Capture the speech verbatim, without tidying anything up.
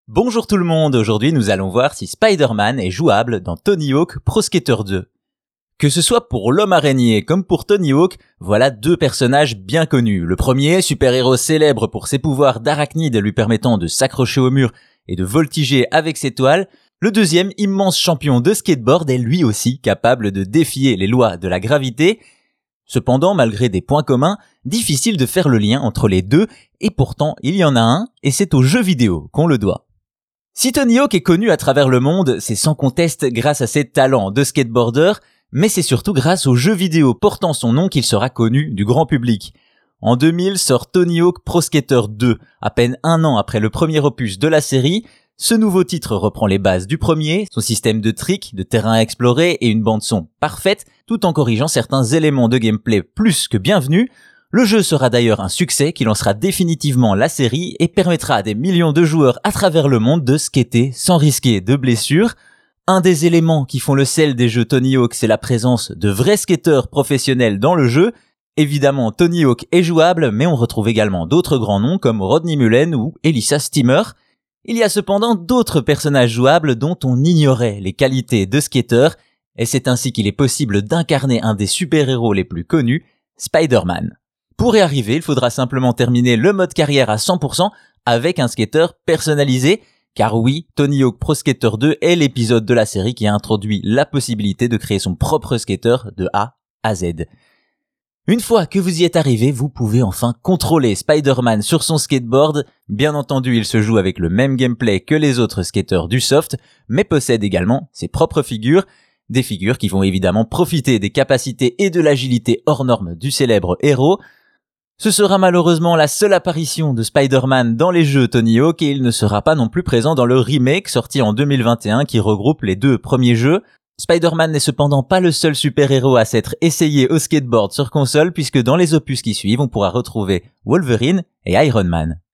Bonjour tout le monde, aujourd'hui nous allons voir si Spider-Man est jouable dans Tony Hawk Pro Skater deux. Que ce soit pour l'homme araignée comme pour Tony Hawk, voilà deux personnages bien connus. Le premier, super-héros célèbre pour ses pouvoirs d'arachnide lui permettant de s'accrocher au mur et de voltiger avec ses toiles. Le deuxième, immense champion de skateboard, est lui aussi capable de défier les lois de la gravité. Cependant, malgré des points communs, difficile de faire le lien entre les deux, et pourtant il y en a un, et c'est aux jeux vidéo qu'on le doit. Si Tony Hawk est connu à travers le monde, c'est sans conteste grâce à ses talents de skateboarder, mais c'est surtout grâce aux jeux vidéo portant son nom qu'il sera connu du grand public. En deux mille sort Tony Hawk Pro Skater deux, à peine un an après le premier opus de la série. Ce nouveau titre reprend les bases du premier, son système de tricks, de terrain à explorer et une bande-son parfaite, tout en corrigeant certains éléments de gameplay plus que bienvenus. Le jeu sera d'ailleurs un succès qui lancera définitivement la série et permettra à des millions de joueurs à travers le monde de skater sans risquer de blessures. Un des éléments qui font le sel des jeux Tony Hawk, c'est la présence de vrais skateurs professionnels dans le jeu. Évidemment, Tony Hawk est jouable, mais on retrouve également d'autres grands noms comme Rodney Mullen ou Elissa Steamer. Il y a cependant d'autres personnages jouables dont on ignorait les qualités de skater, et c'est ainsi qu'il est possible d'incarner un des super-héros les plus connus, Spider-Man. Pour y arriver, il faudra simplement terminer le mode carrière à cent pour cent avec un skater personnalisé, car oui, Tony Hawk Pro Skater deux est l'épisode de la série qui a introduit la possibilité de créer son propre skater de A à Z. Une fois que vous y êtes arrivé, vous pouvez enfin contrôler Spider-Man sur son skateboard. Bien entendu, il se joue avec le même gameplay que les autres skateurs du soft, mais possède également ses propres figures, des figures qui vont évidemment profiter des capacités et de l'agilité hors normes du célèbre héros. Ce sera malheureusement la seule apparition de Spider-Man dans les jeux Tony Hawk et il ne sera pas non plus présent dans le remake sorti en deux mille vingt et un qui regroupe les deux premiers jeux. Spider-Man n'est cependant pas le seul super-héros à s'être essayé au skateboard sur console puisque dans les opus qui suivent, on pourra retrouver Wolverine et Iron Man.